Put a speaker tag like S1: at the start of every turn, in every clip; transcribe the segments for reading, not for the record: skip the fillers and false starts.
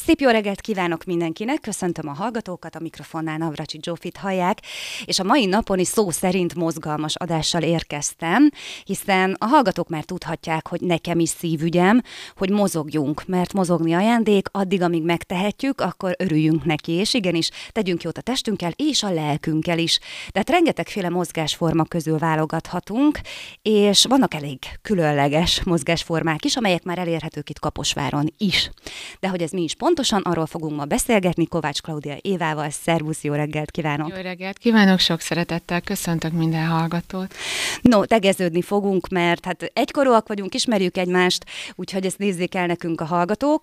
S1: Szép jó reggelt kívánok mindenkinek, köszöntöm a hallgatókat, a mikrofonnál Navracsics Zsófit hallják, és a mai napon is szó szerint mozgalmas adással érkeztem, hiszen a hallgatók már tudhatják, hogy nekem is szívügyem, hogy mozogjunk, mert mozogni ajándék, addig, amíg megtehetjük, akkor örüljünk neki, és igenis, tegyünk jót a testünkkel és a lelkünkkel is. Tehát rengetegféle mozgásforma közül válogathatunk, és vannak elég különleges mozgásformák is, amelyek már elérhetők itt Kaposváron is. De hogy ez mi is pontosan, arról fogunk ma beszélgetni Kovács Klaudia Évával. Szervusz, jó reggelt kívánok!
S2: Jó reggelt kívánok, sok szeretettel köszöntök minden hallgatót.
S1: No, tegeződni fogunk, mert hát egykorúak vagyunk, ismerjük egymást, úgyhogy ezt nézzék el nekünk a hallgatók.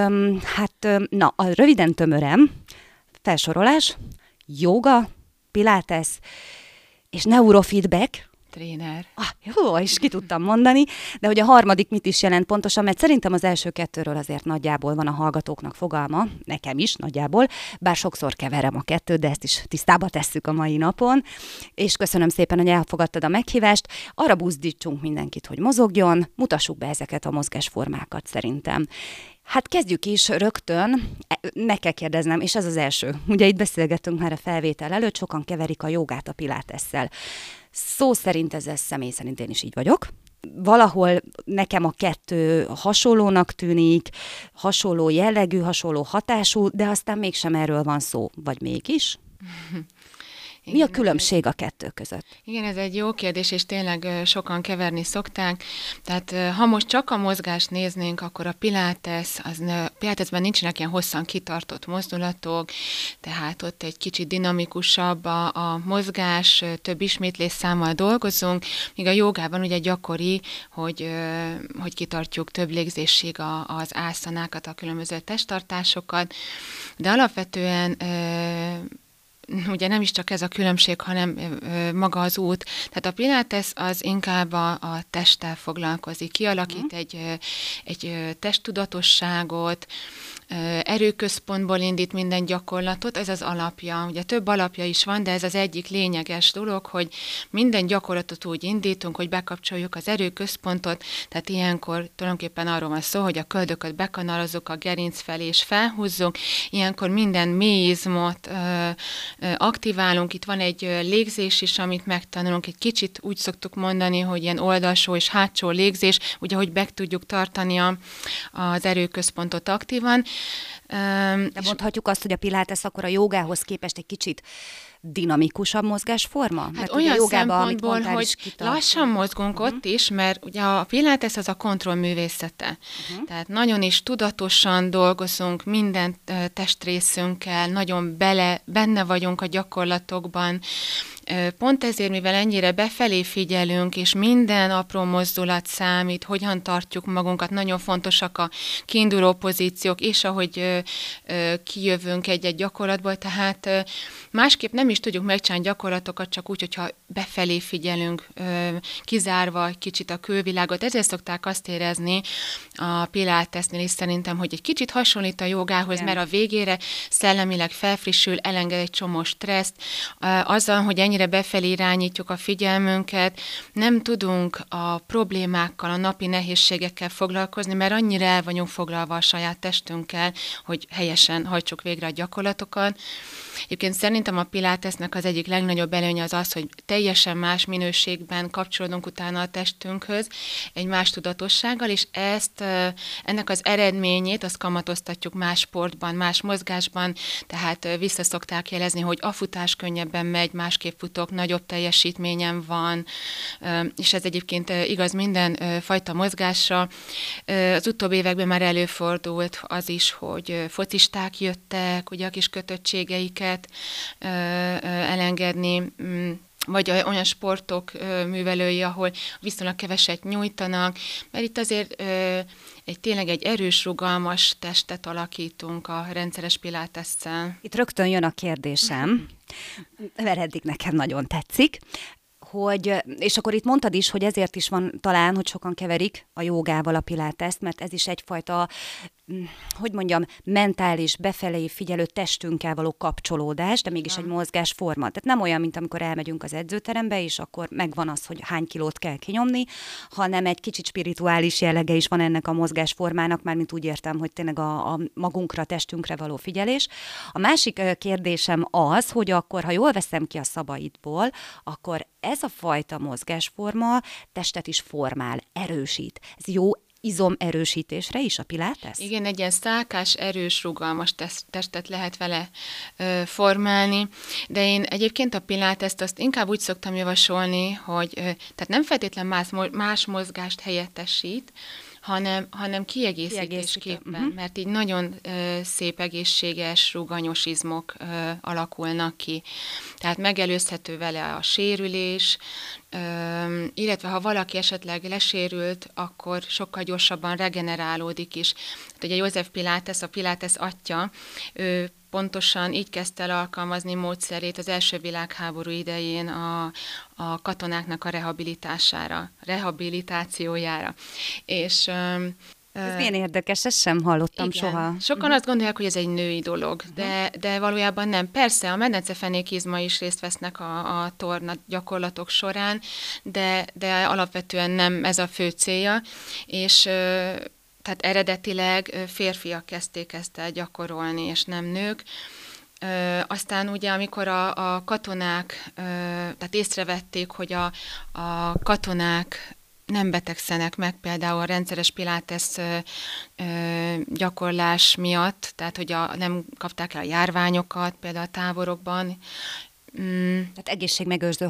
S1: Röviden tömörem, felsorolás, jóga, pilates és neurofeedback,
S2: tréner.
S1: Jó, és ki tudtam mondani, de hogy a harmadik mit is jelent pontosan, mert szerintem az első kettőről azért nagyjából van a hallgatóknak fogalma, nekem is nagyjából, bár sokszor keverem a kettőt, de ezt is tisztába tesszük a mai napon, és köszönöm szépen, hogy elfogadtad a meghívást, arra buzdítsunk mindenkit, hogy mozogjon, mutassuk be ezeket a mozgásformákat szerintem. Hát kezdjük is rögtön, meg kell kérdeznem, és ez az első. Ugye itt beszélgettünk már a felvétel előtt, sokan keverik a jogát a pilátesszel. Szó szerint ez személy szerint én is így vagyok. Valahol nekem a kettő hasonlónak tűnik, hasonló jellegű, hasonló hatású, de aztán mégsem erről van szó, vagy mégis? Mi a különbség a kettő között?
S2: Igen, ez egy jó kérdés, és tényleg sokan keverni szokták. Tehát ha most csak a mozgást néznénk, akkor a pilátesben nincsenek ilyen hosszan kitartott mozdulatok, tehát ott egy kicsit dinamikusabb a mozgás, több ismétlésszámmal dolgozunk, míg a jogában ugye gyakori, hogy kitartjuk több légzésig az ászanákat, a különböző testtartásokat, de alapvetően ugye nem is csak ez a különbség, hanem maga az út. Tehát a pilates az inkább a testtel foglalkozik, kialakít egy testtudatosságot, erőközpontból indít minden gyakorlatot, ez az alapja. Ugye több alapja is van, de ez az egyik lényeges dolog, hogy minden gyakorlatot úgy indítunk, hogy bekapcsoljuk az erőközpontot, tehát ilyenkor tulajdonképpen arról van szó, hogy a köldököt bekanarozzuk a gerinc felé és felhúzzuk, ilyenkor minden mélyizmot aktiválunk, itt van egy légzés is, amit megtanulunk, egy kicsit úgy szoktuk mondani, hogy ilyen oldalsó és hátsó légzés, ugye, hogy meg tudjuk tartani az erőközpontot aktívan.
S1: De mondhatjuk azt, hogy a pilates akkor a jogához képest egy kicsit dinamikusabb mozgásforma?
S2: Hát
S1: mert
S2: olyan
S1: jogában,
S2: szempontból, hogy lassan mozgunk ott is, mert ugye a pilates az a kontrollművészete. Tehát nagyon is tudatosan dolgozunk minden testrészünkkel, nagyon benne vagyunk a gyakorlatokban. Pont ezért, mivel ennyire befelé figyelünk, és minden apró mozdulat számít, hogyan tartjuk magunkat, nagyon fontosak a kiinduló pozíciók, és ahogy kijövünk egy-egy gyakorlatból, tehát másképp nem is tudjuk megcsinálni gyakorlatokat, csak úgy, hogyha befelé figyelünk, kizárva egy kicsit a külvilágot. Ezért szokták azt érezni a pilátesnél is szerintem, hogy egy kicsit hasonlít a jogához, igen, mert a végére szellemileg felfrissül, elenged egy csomó stresszt, azzal, hogy ennyire befelé irányítjuk a figyelmünket, nem tudunk a problémákkal, a napi nehézségekkel foglalkozni, mert annyira el vagyunk foglalva a saját testünkkel, hogy helyesen hajtsuk végre a gyakorlatokat. Egyébként szerintem a pilátesnek az egyik legnagyobb előnye az, hogy teljesen más minőségben kapcsolódunk utána a testünkhöz, egy más tudatossággal, és ennek az eredményét azt kamatoztatjuk más sportban, más mozgásban, tehát visszaszokták jelezni, hogy a futás könnyebben megy, másképp futok, nagyobb teljesítményem van, és ez egyébként igaz minden fajta mozgásra. Az utóbbi években már előfordult az is, hogy focisták jöttek, ugye a kis kötöttségeiket elengedni, vagy olyan sportok művelői, ahol viszonylag keveset nyújtanak, mert itt azért tényleg egy erős, rugalmas testet alakítunk a rendszeres pilátesszel.
S1: Itt rögtön jön a kérdésem, mert eddig nekem nagyon tetszik, és akkor itt mondtad is, hogy ezért is van talán, hogy sokan keverik a jogával a piláteszt, mert ez is egyfajta hogy mondjam, mentális, befelé figyelő testünkkel való kapcsolódás, de mégis egy mozgásforma. Tehát nem olyan, mint amikor elmegyünk az edzőterembe, és akkor megvan az, hogy hány kilót kell kinyomni, hanem egy kicsit spirituális jellege is van ennek a mozgásformának, mármint úgy értem, hogy tényleg a magunkra, testünkre való figyelés. A másik kérdésem az, hogy akkor, ha jól veszem ki a szavaidból, akkor ez a fajta mozgásforma testet is formál, erősít. Ez jó izomerősítésre is a pilates?
S2: Igen, egy ilyen szálkás, erős, rugalmas testet lehet vele formálni, de én egyébként a piláteszt azt inkább úgy szoktam javasolni, hogy tehát nem feltétlen más mozgást helyettesít, hanem kiegészítésképpen, mert így nagyon szép, egészséges, ruganyos izmok alakulnak ki. Tehát megelőzhető vele a sérülés, illetve ha valaki esetleg lesérült, akkor sokkal gyorsabban regenerálódik is. Tehát ugye Joseph Pilates, a Pilates atya, ő pontosan így kezdte el alkalmazni módszerét az első világháború idején a katonáknak a rehabilitációjára. És
S1: ez milyen érdekes, ezt sem hallottam soha.
S2: Sokan azt gondolják, hogy ez egy női dolog, de valójában nem. Persze, a medencefenékizma is részt vesznek a torna gyakorlatok során, de alapvetően nem ez a fő célja, és tehát eredetileg férfiak kezdték ezt el gyakorolni, és nem nők. Aztán ugye, amikor a katonák, tehát észrevették, hogy a katonák nem betegszenek meg például a rendszeres pilates gyakorlás miatt, tehát hogy nem kapták el a járványokat például a táborokban.
S1: Tehát egészségmegőrző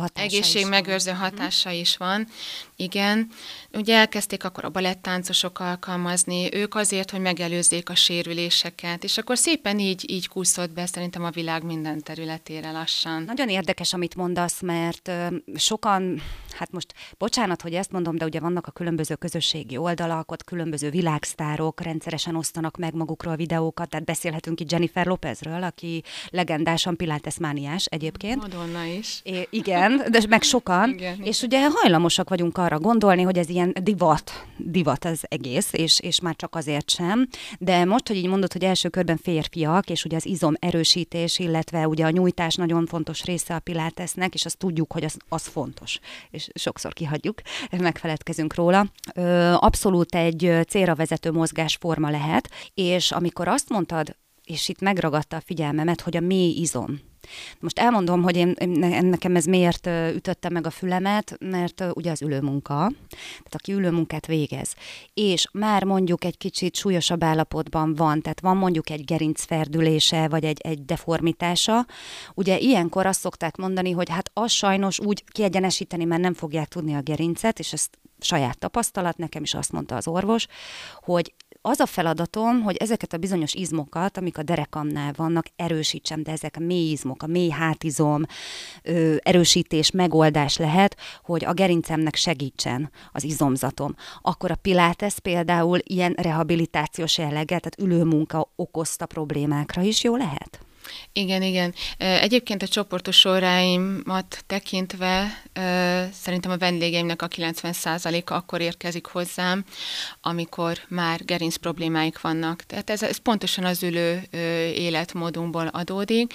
S2: hatása is van, igen. Ugye elkezdték akkor a balettáncosok alkalmazni, ők azért, hogy megelőzzék a sérüléseket, és akkor szépen így kúszott be szerintem a világ minden területére lassan.
S1: Nagyon érdekes, amit mondasz, mert sokan, hát most bocsánat, hogy ezt mondom, de ugye vannak a különböző közösségi oldalak, ott különböző világsztárok rendszeresen osztanak meg magukról videókat, tehát beszélhetünk itt Jennifer Lopezről, aki legendásan pilatesmániás egyébként.
S2: Madonna is.
S1: Igen, de meg sokan,
S2: igen.
S1: És ugye hajlamosak vagyunk arra gondolni, hogy ez ilyen divat az egész, és már csak azért sem, de most, hogy így mondod, hogy első körben férfiak, és ugye az izomerősítés, illetve ugye a nyújtás nagyon fontos része a pilatesnek, és azt tudjuk, hogy az fontos, és sokszor kihagyjuk, megfeledkezünk róla. Abszolút egy célra vezető mozgásforma lehet, és amikor azt mondtad, és itt megragadta a figyelmemet, hogy a mély izom. Most elmondom, hogy nekem ez miért ütötte meg a fülemet, mert ugye az ülőmunka, tehát aki ülőmunkát végez, és már mondjuk egy kicsit súlyosabb állapotban van, tehát van mondjuk egy gerincferdülése, vagy egy deformitása, ugye ilyenkor azt szokták mondani, hogy hát az sajnos úgy kiegyenesíteni, mert nem fogják tudni a gerincet, és ezt saját tapasztalat, nekem is azt mondta az orvos, hogy az a feladatom, hogy ezeket a bizonyos izmokat, amik a derekamnál vannak, erősítsem, de ezek a mély izmok, a mély hátizom, erősítés, megoldás lehet, hogy a gerincemnek segítsen az izomzatom. Akkor a pilates például ilyen rehabilitációs jelleggel, tehát ülőmunka okozta problémákra is jó lehet?
S2: Igen. Egyébként a csoportos óráimat tekintve szerintem a vendégeimnek a 90%-a akkor érkezik hozzám, amikor már gerinc problémáik vannak. Tehát ez pontosan az ülő életmódunkból adódik.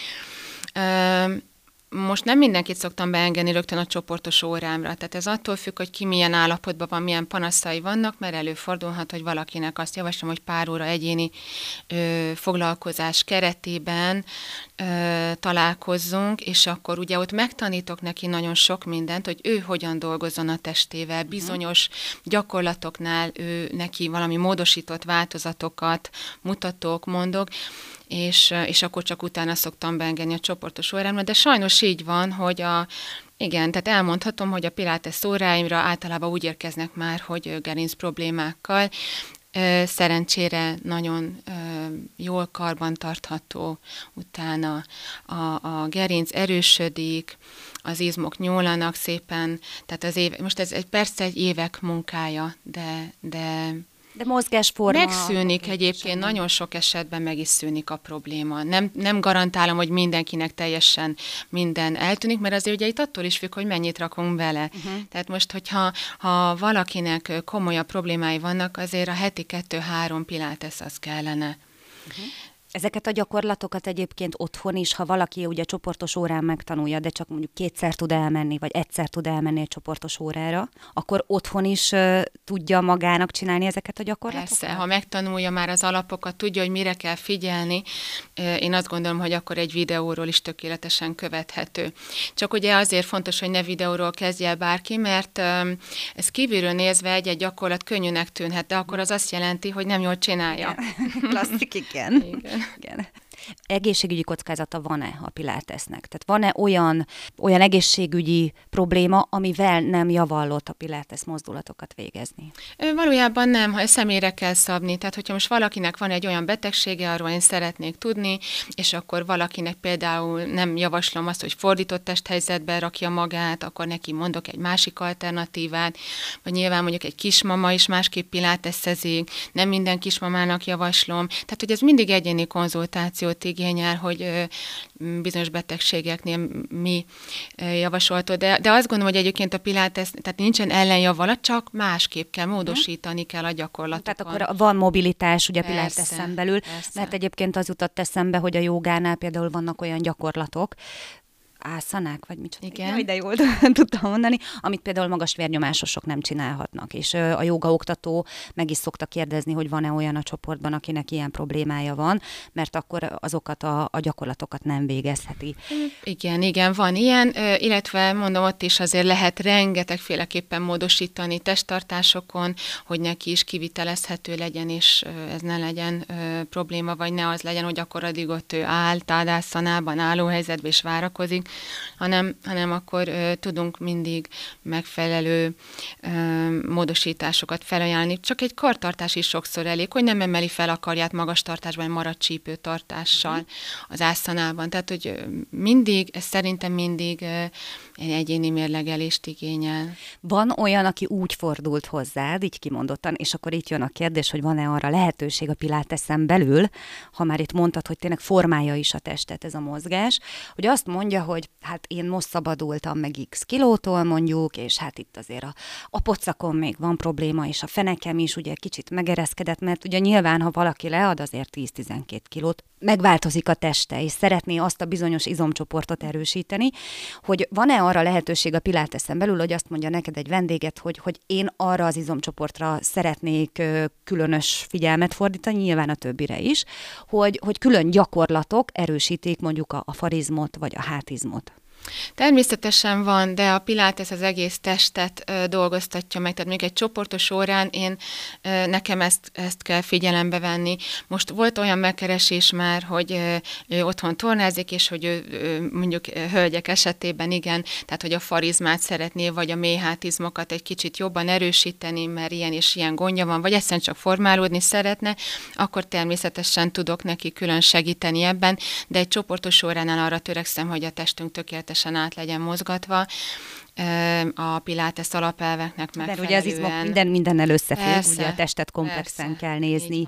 S2: Most nem mindenkit szoktam beengedni rögtön a csoportos órámra, tehát ez attól függ, hogy ki milyen állapotban van, milyen panaszai vannak, mert előfordulhat, hogy valakinek azt javaslom, hogy pár óra egyéni foglalkozás keretében találkozzunk, és akkor ugye ott megtanítok neki nagyon sok mindent, hogy ő hogyan dolgozzon a testével, bizonyos gyakorlatoknál ő neki valami módosított változatokat mutatok, mondok, és akkor csak utána szoktam beengedni a csoportos órámra, de sajnos így van, hogy igen, tehát elmondhatom, hogy a pilates óráimra általában úgy érkeznek már, hogy gerinc problémákkal. Szerencsére nagyon jól karban tartható utána a gerinc erősödik, az izmok nyúlanak szépen, tehát most ez persze egy évek munkája, de
S1: De mozgásforma...
S2: Megszűnik egyébként, nagyon sok esetben meg is szűnik a probléma. Nem garantálom, hogy mindenkinek teljesen minden eltűnik, mert azért ugye itt attól is függ, hogy mennyit rakunk bele. Tehát most, hogyha valakinek komolyabb problémái vannak, azért a heti 2-3 pilates az kellene.
S1: Ezeket a gyakorlatokat egyébként otthon is, ha valaki ugye csoportos órán megtanulja, de csak mondjuk 2-szer tud elmenni, vagy 1-szer tud elmenni egy csoportos órára, akkor otthon is tudja magának csinálni ezeket a gyakorlatokat?
S2: Persze, ha megtanulja már az alapokat, tudja, hogy mire kell figyelni, én azt gondolom, hogy akkor egy videóról is tökéletesen követhető. Csak ugye azért fontos, hogy ne videóról kezdje el bárki, mert ez kívülről nézve egy gyakorlat könnyűnek tűnhet, de akkor az azt jelenti, hogy nem jól csinálja.
S1: Klasszik, igen. Igen. Egészségügyi kockázata van-e a pilátesznek? Tehát van-e olyan egészségügyi probléma, amivel nem javallott a pilátesz mozdulatokat végezni?
S2: Valójában nem, ha személyre kell szabni. Tehát, hogyha most valakinek van egy olyan betegsége, arról én szeretnék tudni, és akkor valakinek például nem javaslom azt, hogy fordított testhelyzetben rakja magát, akkor neki mondok egy másik alternatívát, vagy nyilván mondjuk egy kismama is másképp piláteszezik, nem minden kismamának javaslom. Tehát, hogy ez mindig egyéni konzultációt igényel, hogy bizonyos betegségeknél mi javasoltó. De azt gondolom, hogy egyébként a pilátesz, tehát nincsen ellenjavalat, csak másképp kell módosítani kell a gyakorlatokat.
S1: Tehát akkor van mobilitás ugye piláteszen belül, mert egyébként az jutott eszembe, hogy a jogánál például vannak olyan gyakorlatok, ászanák, vagy micsoda.
S2: Igen.
S1: Jaj, de jól tudtam mondani, amit például magas vérnyomásosok nem csinálhatnak. És a jogaoktató meg is szokta kérdezni, hogy van-e olyan a csoportban, akinek ilyen problémája van, mert akkor azokat a gyakorlatokat nem végezheti.
S2: Igen, van ilyen, illetve mondom, ott is azért lehet rengetegféleképpen módosítani testtartásokon, hogy neki is kivitelezhető legyen, és ez ne legyen probléma, vagy ne az legyen, hogy akkor addig ott ő áll, tádászanában, állóhelyzetben és várakozik, hanem akkor tudunk mindig megfelelő módosításokat felajánlani. Csak egy kartartás is sokszor elég, hogy nem emeli fel a karját magas tartásban, marad csípő tartással az ászanában. Tehát, hogy ez szerintem mindig egy egyéni mérlegelést igényel.
S1: Van olyan, aki úgy fordult hozzád, így kimondottan, és akkor itt jön a kérdés, hogy van-e arra lehetőség a piláteszen belül, ha már itt mondtad, hogy tényleg formálja is a testet ez a mozgás, hogy azt mondja, hogy hát én most szabadultam meg x kilótól mondjuk, és hát itt azért a pocakon még van probléma, és a fenekem is ugye kicsit megereszkedett, mert ugye nyilván, ha valaki lead azért 10-12 kilót, megváltozik a teste, és szeretné azt a bizonyos izomcsoportot erősíteni, hogy van-e arra lehetőség a piláteszen belül, hogy azt mondja neked egy vendéget, hogy én arra az izomcsoportra szeretnék különös figyelmet fordítani, nyilván a többire is, hogy külön gyakorlatok erősítik mondjuk a farizmot vagy a hátizmot.
S2: Természetesen van, de a pilates az egész testet dolgoztatja meg, tehát még egy csoportos órán nekem ezt kell figyelembe venni. Most volt olyan megkeresés már, hogy ő otthon tornázik, és hogy ő mondjuk hölgyek esetében igen, tehát hogy a farizmát szeretné, vagy a mélyhátizmokat egy kicsit jobban erősíteni, mert ilyen és ilyen gondja van, vagy egyszerűen csak formálódni szeretne, akkor természetesen tudok neki külön segíteni ebben, de egy csoportos óránál arra törekszem, hogy a testünk tökéletesen át legyen mozgatva, a pilates alapelveknek megfelelően.
S1: De ugye az izmok mindennel összefügg, ugye a testet komplexen kell nézni.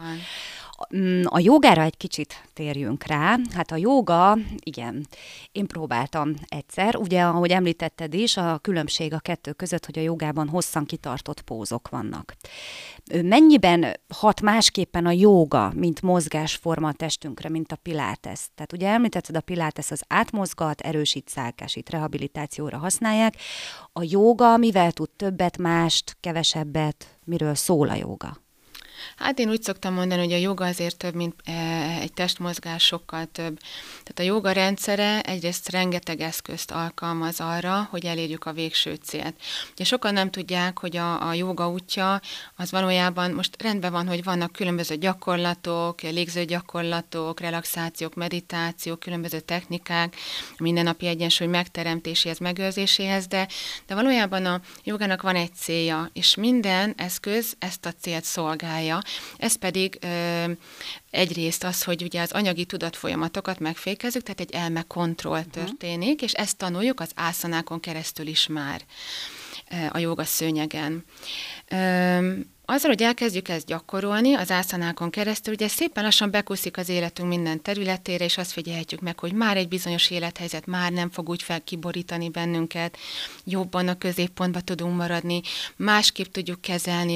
S1: A jogára egy kicsit térjünk rá. Hát a jóga, igen, én próbáltam egyszer. Ugye, ahogy említetted is, a különbség a kettő között, hogy a jogában hosszan kitartott pózok vannak. Mennyiben hat másképpen a jóga, mint mozgásforma a testünkre, mint a pilates? Tehát ugye említetted, a pilates az átmozgat, erősít, szálkásít, rehabilitációra használják. A jóga mivel tud többet, mást, kevesebbet? Miről szól a jóga?
S2: Hát én úgy szoktam mondani, hogy a joga azért több, mint egy testmozgás, sokkal több. Tehát a joga rendszere egyrészt rengeteg eszközt alkalmaz arra, hogy elérjük a végső célt. Ugye sokan nem tudják, hogy a joga útja az valójában most rendben van, hogy vannak különböző gyakorlatok, légzőgyakorlatok, relaxációk, meditációk, különböző technikák, mindennapi egyensúly megteremtéséhez, megőrzéséhez, de valójában a jogának van egy célja, és minden eszköz ezt a célt szolgálja. Ez pedig egyrészt az, hogy ugye az anyagi tudatfolyamatokat megfékezzük, tehát egy elmekontroll történik, és ezt tanuljuk az ászanákon keresztül is már a jóga szőnyegen. Azzal, hogy elkezdjük ezt gyakorolni az ászanákon keresztül, ugye szépen lassan bekúszik az életünk minden területére, és azt figyelhetjük meg, hogy már egy bizonyos élethelyzet már nem fog úgy felkiborítani bennünket, jobban a középpontba tudunk maradni, másképp tudjuk kezelni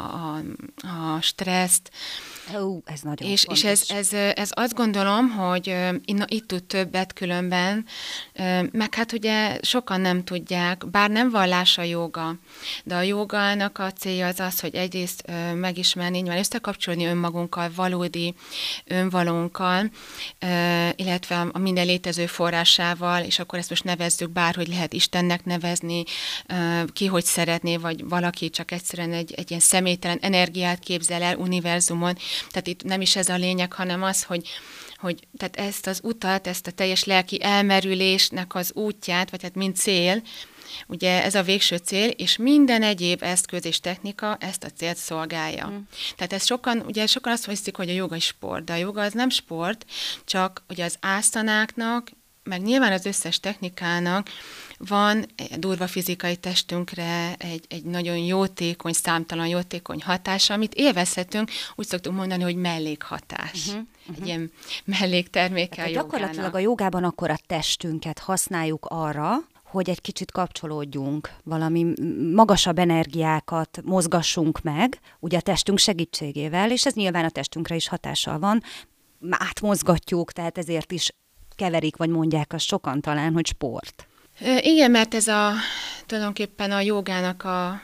S2: a stresszt.
S1: Ez nagyon
S2: és ez azt gondolom, hogy itt tud többet különben, meg hát ugye sokan nem tudják, bár nem vallás a jóga, de a jógának a célja az, hogy egyrészt megismerni, nyilván összekapcsolni önmagunkkal, valódi önvalónkkal, illetve a minden létező forrásával, és akkor ezt most nevezzük bárhogy lehet Istennek nevezni, ki hogy szeretné, vagy valaki csak egyszerűen egy ilyen személytelen energiát képzel el univerzumon. Tehát itt nem is ez a lényeg, hanem az, hogy tehát ezt az utat, ezt a teljes lelki elmerülésnek az útját, vagy hát mint cél, ugye ez a végső cél, és minden egyéb eszköz és technika ezt a célt szolgálja. Tehát ez sokan azt hiszik, hogy a joga sport, de a joga az nem sport, csak ugye az ászanáknak, meg nyilván az összes technikának van egy durva fizikai testünkre egy nagyon jótékony, számtalan jótékony hatása, amit élvezhetünk, úgy szoktuk mondani, hogy mellékhatás. Egy ilyen mellékterméke a jogának.
S1: Gyakorlatilag a jogában akkor a testünket használjuk arra, hogy egy kicsit kapcsolódjunk, valami magasabb energiákat mozgassunk meg, ugye a testünk segítségével, és ez nyilván a testünkre is hatással van, átmozgatjuk, tehát ezért is keverik, vagy mondják azt sokan talán, hogy sport.
S2: Igen, mert ez tulajdonképpen a jogának a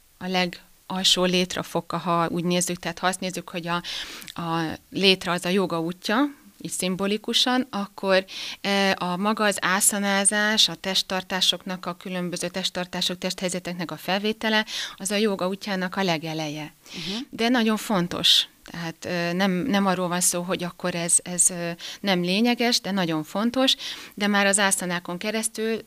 S2: legalsó létrafoka, ha úgy nézzük, tehát ha azt nézzük, hogy a létre az a joga útja, így szimbolikusan, akkor a maga az ászanázás, a testtartásoknak, a különböző testtartások, testhelyzeteknek a felvétele, az a jóga útjának a legeleje. De nagyon fontos. Tehát nem arról van szó, hogy akkor ez nem lényeges, de nagyon fontos, de már az ászanákon keresztül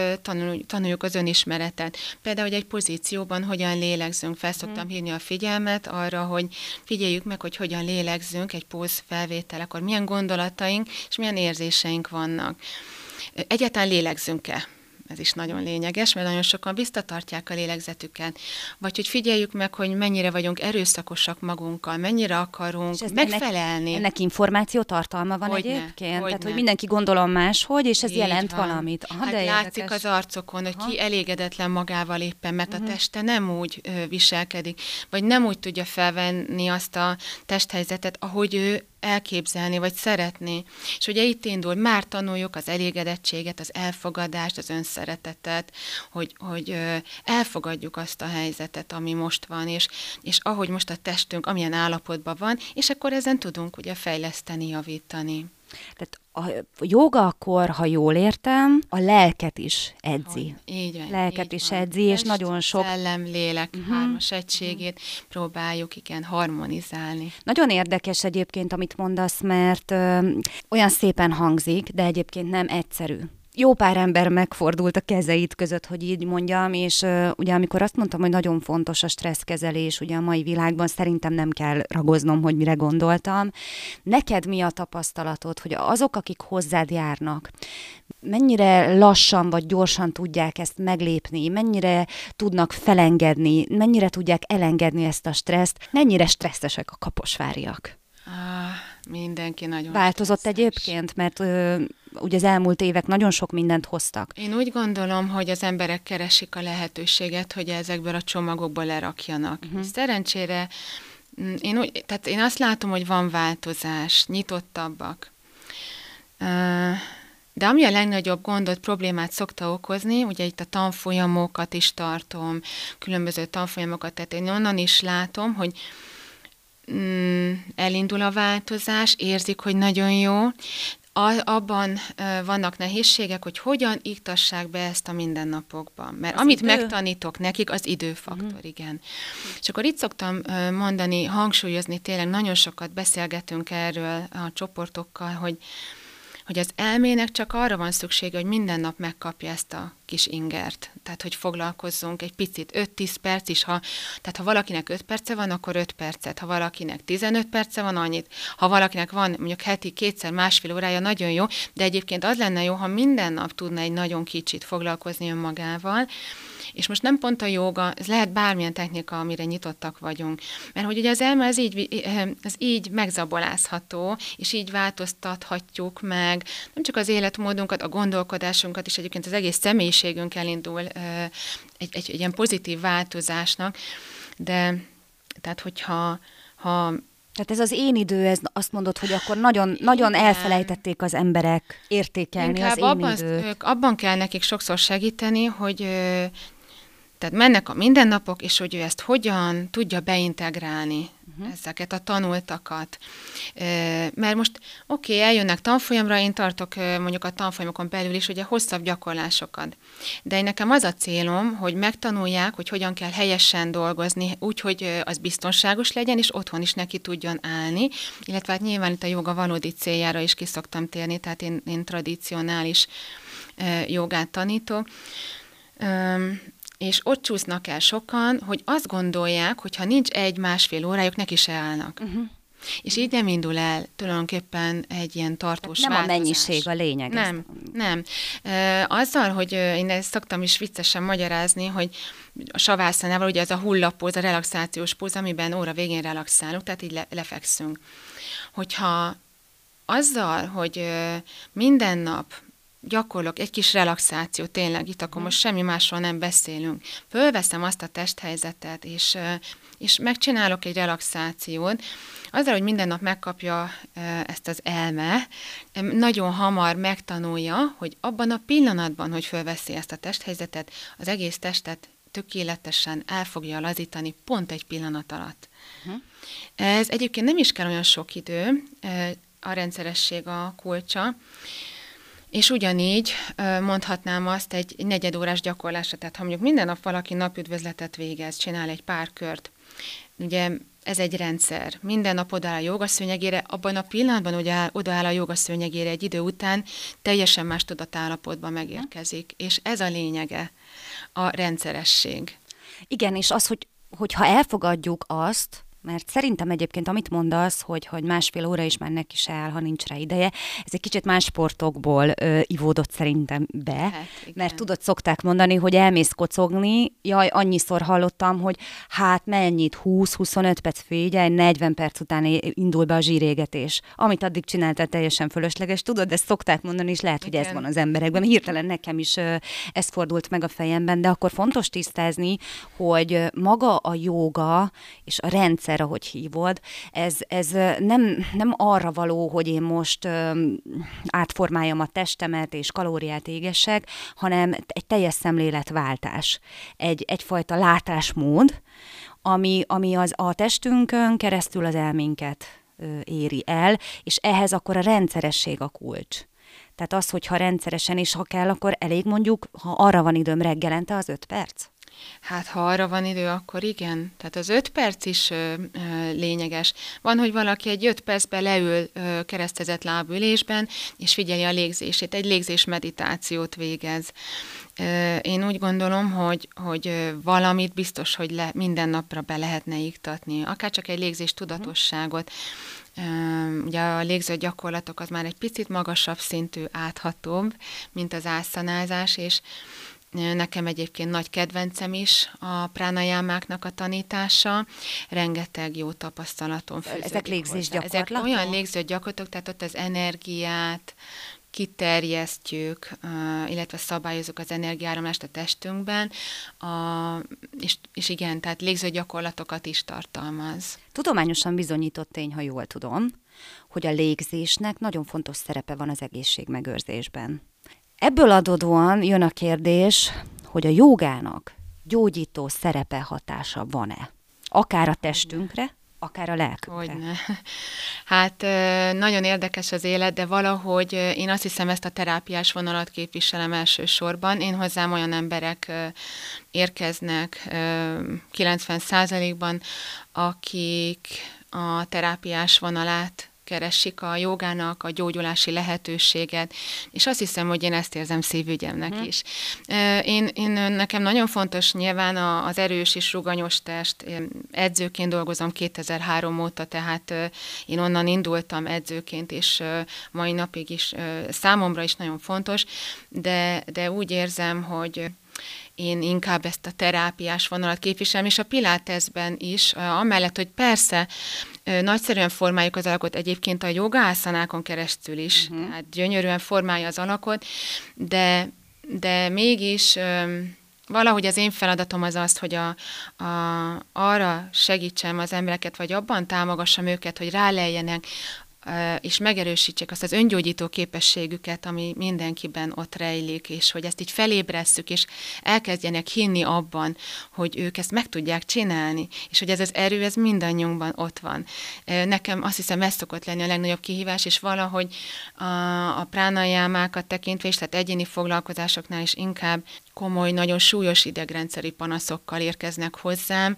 S2: tanuljuk az önismeretet. Például, hogy egy pozícióban hogyan lélegzünk. Fel szoktam hívni a figyelmet arra, hogy figyeljük meg, hogy hogyan lélegzünk egy póz felvételekor, milyen gondolataink és milyen érzéseink vannak. Egyáltalán lélegzünk-e? Ez is nagyon lényeges, mert nagyon sokan visszatartják a lélegzetüket. Vagy hogy figyeljük meg, hogy mennyire vagyunk erőszakosak magunkkal, mennyire akarunk megfelelni.
S1: Ennek információ tartalma van egyébként? Tehát, hogy mindenki gondolom máshogy, és ez jelent valamit.
S2: Hát látszik az arcokon, hogy ki elégedetlen magával éppen, mert a teste nem úgy viselkedik, vagy nem úgy tudja felvenni azt a testhelyzetet, ahogy ő elképzelni, vagy szeretni. És ugye itt indul, már tanuljuk az elégedettséget, az elfogadást, az önszeretetet, hogy elfogadjuk azt a helyzetet, ami most van, és ahogy most a testünk, amilyen állapotban van, és akkor ezen tudunk ugye fejleszteni, javítani.
S1: Tehát a joga akkor, ha jól értem, a lelket is edzi.
S2: Így van.
S1: Lelket is edzi, és nagyon sok...
S2: Szellem, lélek, hármas egységét próbáljuk harmonizálni.
S1: Nagyon érdekes egyébként, amit mondasz, mert olyan szépen hangzik, de egyébként nem egyszerű. Jó pár ember megfordult a kezeid között, hogy így mondjam, és ugye amikor azt mondtam, hogy nagyon fontos a stresszkezelés, ugye a mai világban szerintem nem kell ragoznom, hogy mire gondoltam. Neked mi a tapasztalatod, hogy azok, akik hozzád járnak, mennyire lassan vagy gyorsan tudják ezt meglépni, mennyire tudnak felengedni, mennyire tudják elengedni ezt a stresszt, mennyire stresszesek a kaposváriak?
S2: Mindenki nagyon
S1: változott
S2: stresszes.
S1: Egyébként, mert ugye az elmúlt évek nagyon sok mindent hoztak.
S2: Én úgy gondolom, hogy az emberek keresik a lehetőséget, hogy ezekből a csomagokból lerakjanak. Szerencsére tehát én azt látom, hogy van változás, nyitottabbak. De ami a legnagyobb gondot, problémát szokta okozni, ugye itt a tanfolyamokat is tartom, különböző tanfolyamokat, tehát én onnan is látom, hogy elindul a változás, érzik, hogy nagyon jó. Abban vannak nehézségek, hogy hogyan iktassák be ezt a mindennapokban. Mert az amit megtanítok nekik, az időfaktor, igen. És akkor itt szoktam mondani, hangsúlyozni, tényleg nagyon sokat beszélgetünk erről a csoportokkal, hogy az elmének csak arra van szüksége, hogy minden nap megkapja ezt a kis ingert. Tehát, hogy foglalkozzunk egy picit, 5-10 perc is. Tehát, ha valakinek 5 perce van, akkor 5 percet. Ha valakinek 15 perce van, annyit. Ha valakinek van mondjuk heti 2-szer másfél órája, nagyon jó, de egyébként az lenne jó, ha minden nap tudna egy nagyon kicsit foglalkozni önmagával. És most nem pont a jóga, ez lehet bármilyen technika, amire nyitottak vagyunk. Mert hogy ugye az elme az így megzabolázható, és így változtathatjuk meg nem csak az életmódunkat, a gondolkodásunkat, és egyébként az egész személyiségünk elindul egy ilyen pozitív változásnak, de tehát hogyha
S1: tehát ez az én idő, ez azt mondod, hogy akkor nagyon, nagyon elfelejtették az emberek értékelni inkább az én időt.
S2: Abban kell nekik sokszor segíteni, hogy tehát mennek a mindennapok, és hogy ő ezt hogyan tudja beintegrálni, ezeket a tanultakat. Mert most eljönnek tanfolyamra, én tartok mondjuk a tanfolyamokon belül is ugye hosszabb gyakorlásokat. De nekem az a célom, hogy megtanulják, hogy hogyan kell helyesen dolgozni, úgy, hogy az biztonságos legyen, és otthon is neki tudjon állni, illetve hát nyilván itt a joga valódi céljára is ki szoktam térni, tehát én tradicionális jogát tanítok. És ott csúsznak el sokan, hogy azt gondolják, hogy ha nincs 1-1,5 órájuk, neki se állnak. És így nem indul el tulajdonképpen egy ilyen tartós
S1: nem
S2: változás.
S1: A mennyiség a lényeg.
S2: Nem. Azzal, hogy én ezt szoktam is viccesen magyarázni, hogy a savászanával ugye az a hullapóz, a relaxációs póz, amiben óra végén relaxálunk, tehát így lefekszünk. Hogyha azzal, hogy minden nap gyakorlok egy kis relaxáció, tényleg, itt akkor most semmi másról nem beszélünk. Fölveszem azt a testhelyzetet, és megcsinálok egy relaxációt, azzal, hogy minden nap megkapja ezt az elme, nagyon hamar megtanulja, hogy abban a pillanatban, hogy fölveszi ezt a testhelyzetet, az egész testet tökéletesen el fogja lazítani pont egy pillanat alatt. Ez egyébként nem is kell olyan sok idő, a rendszeresség a kulcsa, és ugyanígy mondhatnám azt egy 4 órás gyakorlásra, tehát ha mondjuk minden nap valaki napüdvözletet végez, csinál egy pár kört, ugye ez egy rendszer, minden nap odaáll a jogaszőnyegére, abban a pillanatban, hogy odaáll a jogaszőnyegére egy idő után, teljesen más tudatállapotban megérkezik, és ez a lényege, a rendszeresség.
S1: Igen, és az, hogyha elfogadjuk azt, mert szerintem egyébként, amit mondasz, hogy 1,5 óra is már neki se áll, ha nincs rá ideje, ez egy kicsit más sportokból ivódott szerintem be,
S2: Hát,
S1: mert tudod, szokták mondani, hogy elmész kocogni, annyiszor hallottam, hogy hát mennyit, 20-25 perc, figyelj, 40 perc után indul be a zsírégetés. Amit addig csináltál, teljesen fölösleges, tudod, de ezt szokták mondani, és lehet, hogy ez van az emberekben. Hirtelen nekem is ez fordult meg a fejemben, de akkor fontos tisztázni, hogy maga a jóga és a rendszer, ahogy hívod, ez nem arra való, hogy én most átformáljam a testemet és kalóriát égessek, hanem egy teljes szemléletváltás, egyfajta látásmód, ami a testünkön keresztül az elménket éri el, és ehhez akkor a rendszeresség a kulcs. Tehát az, hogyha rendszeresen és ha kell, akkor elég mondjuk, ha arra van időm reggelente, az 5 perc?
S2: Hát, ha arra van idő, akkor igen. Tehát az 5 perc is lényeges. Van, hogy valaki egy 5 percben leül keresztezett lábülésben, és figyeli a légzését, egy légzés meditációt végez. Én úgy gondolom, hogy valamit biztos, hogy minden napra be lehetne iktatni, akár csak egy légzés tudatosságot. Ugye a légző gyakorlatok az már egy picit magasabb szintű, áthatóbb, mint az ászanázás, és nekem egyébként nagy kedvencem is a pránajámáknak a tanítása, rengeteg jó tapasztalatom fűződik
S1: Ezek légzésgyakorlatok?
S2: Ezek olyan légzőgyakorlatok, tehát ott az energiát kiterjesztjük, illetve szabályozunk az energiáramlást a testünkben, és igen, tehát légzőgyakorlatokat is tartalmaz.
S1: Tudományosan bizonyított tény, ha jól tudom, hogy a légzésnek nagyon fontos szerepe van az egészségmegőrzésben. Ebből adódóan jön a kérdés, hogy a jógának gyógyító szerepe, hatása van-e? Akár a testünkre, akár a lelkünkre.
S2: Hogyne. Hát nagyon érdekes az élet, de valahogy én azt hiszem, ezt a terápiás vonalat képviselem elsősorban. Én hozzám olyan emberek érkeznek 90%-ban, akik a terápiás vonalát keresik a jogának a gyógyulási lehetőséget, és azt hiszem, hogy én ezt érzem szívügyemnek is. Nekem nagyon fontos nyilván az erős és ruganyos test. Én edzőként dolgozom 2003 óta, tehát én onnan indultam edzőként, és mai napig is számomra is nagyon fontos, de úgy érzem, hogy én inkább ezt a terápiás vonalat képviselem, és a Pilatesben is, amellett, hogy persze nagyszerűen formáljuk az alakot, egyébként a jogászánákon keresztül is, hát gyönyörűen formálja az alakot, de mégis valahogy az én feladatom az, hogy arra segítsem az embereket, vagy abban támogassam őket, hogy ráleljenek, és megerősítsék azt az öngyógyító képességüket, ami mindenkiben ott rejlik, és hogy ezt így felébresszük, és elkezdjenek hinni abban, hogy ők ezt meg tudják csinálni, és hogy ez az erő, ez mindannyiunkban ott van. Nekem azt hiszem, ez szokott lenni a legnagyobb kihívás, és valahogy a pránajámákat tekintve is, tehát egyéni foglalkozásoknál is inkább komoly, nagyon súlyos idegrendszeri panaszokkal érkeznek hozzám,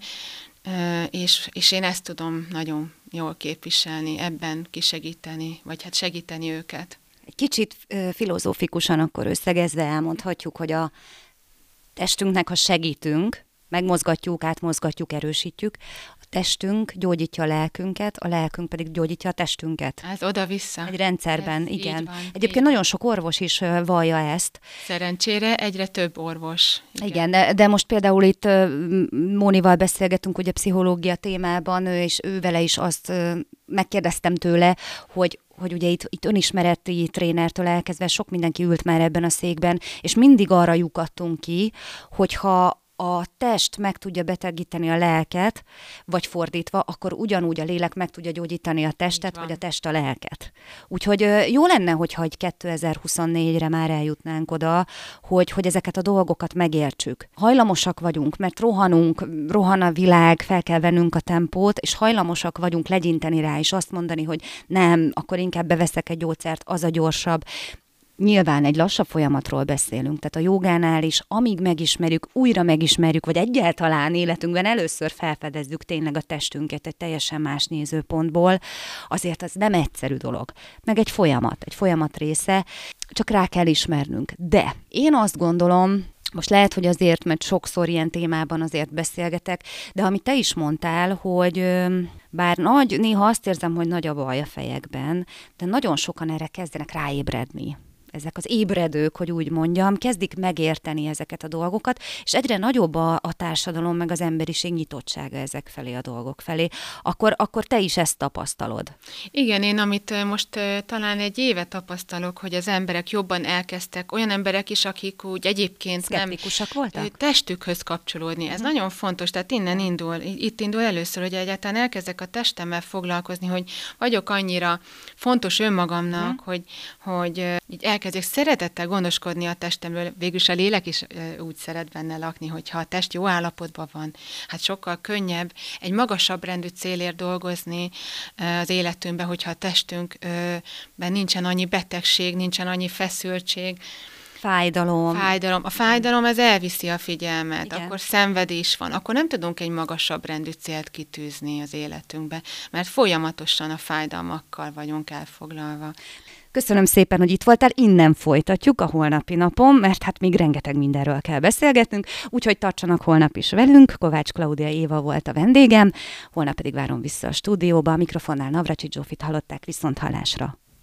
S2: és én ezt tudom nagyon jól képviselni, ebben kisegíteni, vagy hát segíteni őket.
S1: Egy kicsit filozófikusan akkor összegezve elmondhatjuk, hogy a testünknek, ha segítünk, megmozgatjuk, átmozgatjuk, erősítjük, a testünk gyógyítja a lelkünket, a lelkünk pedig gyógyítja a testünket.
S2: Ez oda-vissza.
S1: Egy rendszerben,
S2: ez
S1: igen.
S2: Van,
S1: egyébként nagyon sok orvos is vallja ezt.
S2: Szerencsére egyre több orvos.
S1: Igen, de most például itt Mónival beszélgetünk ugye pszichológia témában, és ő vele is azt megkérdeztem tőle, hogy ugye itt önismereti trénertől elkezdve sok mindenki ült már ebben a székben, és mindig arra lyukadtunk ki, hogyha a test meg tudja betegíteni a lelket, vagy fordítva, akkor ugyanúgy a lélek meg tudja gyógyítani a testet, vagy a test a lelket. Úgyhogy jó lenne, hogyha egy 2024-re már eljutnánk oda, hogy ezeket a dolgokat megértsük. Hajlamosak vagyunk, mert rohan a világ, fel kell vennünk a tempót, és hajlamosak vagyunk legyinteni rá, és azt mondani, hogy nem, akkor inkább beveszek egy gyógyszert, az a gyorsabb. Nyilván egy lassabb folyamatról beszélünk, tehát a jogánál is, amíg megismerjük, újra megismerjük, vagy egyáltalán életünkben először felfedezzük tényleg a testünket egy teljesen más nézőpontból, azért az nem egyszerű dolog. Meg egy folyamat része, csak rá kell ismernünk. De én azt gondolom, most lehet, hogy azért, mert sokszor ilyen témában azért beszélgetek, de amit te is mondtál, hogy bár néha azt érzem, hogy nagy a baj a fejekben, de nagyon sokan erre kezdenek ráébredni. Ezek az ébredők, hogy úgy mondjam, kezdik megérteni ezeket a dolgokat, és egyre nagyobb a társadalom, meg az emberiség nyitottsága ezek felé a dolgok felé. Akkor te is ezt tapasztalod.
S2: Igen, én amit most talán egy éve tapasztalok, hogy az emberek jobban elkezdtek, olyan emberek is, akik úgy egyébként
S1: szkeptikusak voltak?
S2: Testükhöz kapcsolódni. Ez nagyon fontos, tehát itt indul először, hogy egyáltalán elkezdek a testemmel foglalkozni, hogy vagyok annyira fontos önmagamnak, hogy így elkezdjek szeretettel gondoskodni a testemről, végülis a lélek is úgy szeret benne lakni, hogyha a test jó állapotban van, hát sokkal könnyebb egy magasabb rendű célért dolgozni az életünkben, hogyha a testünkben nincsen annyi betegség, nincsen annyi feszültség.
S1: Fájdalom.
S2: A fájdalom, ez elviszi a figyelmet, igen. Akkor szenvedés van, akkor nem tudunk egy magasabb rendű célt kitűzni az életünkbe, mert folyamatosan a fájdalmakkal vagyunk elfoglalva.
S1: Köszönöm szépen, hogy itt voltál, innen folytatjuk a holnapi napon, mert hát még rengeteg mindenről kell beszélgetnünk, úgyhogy tartsanak holnap is velünk. Kovács Klaudia Éva volt a vendégem, holnap pedig várom vissza a stúdióba, a mikrofonnál Navracsics Zsófit hallották, viszont hallásra.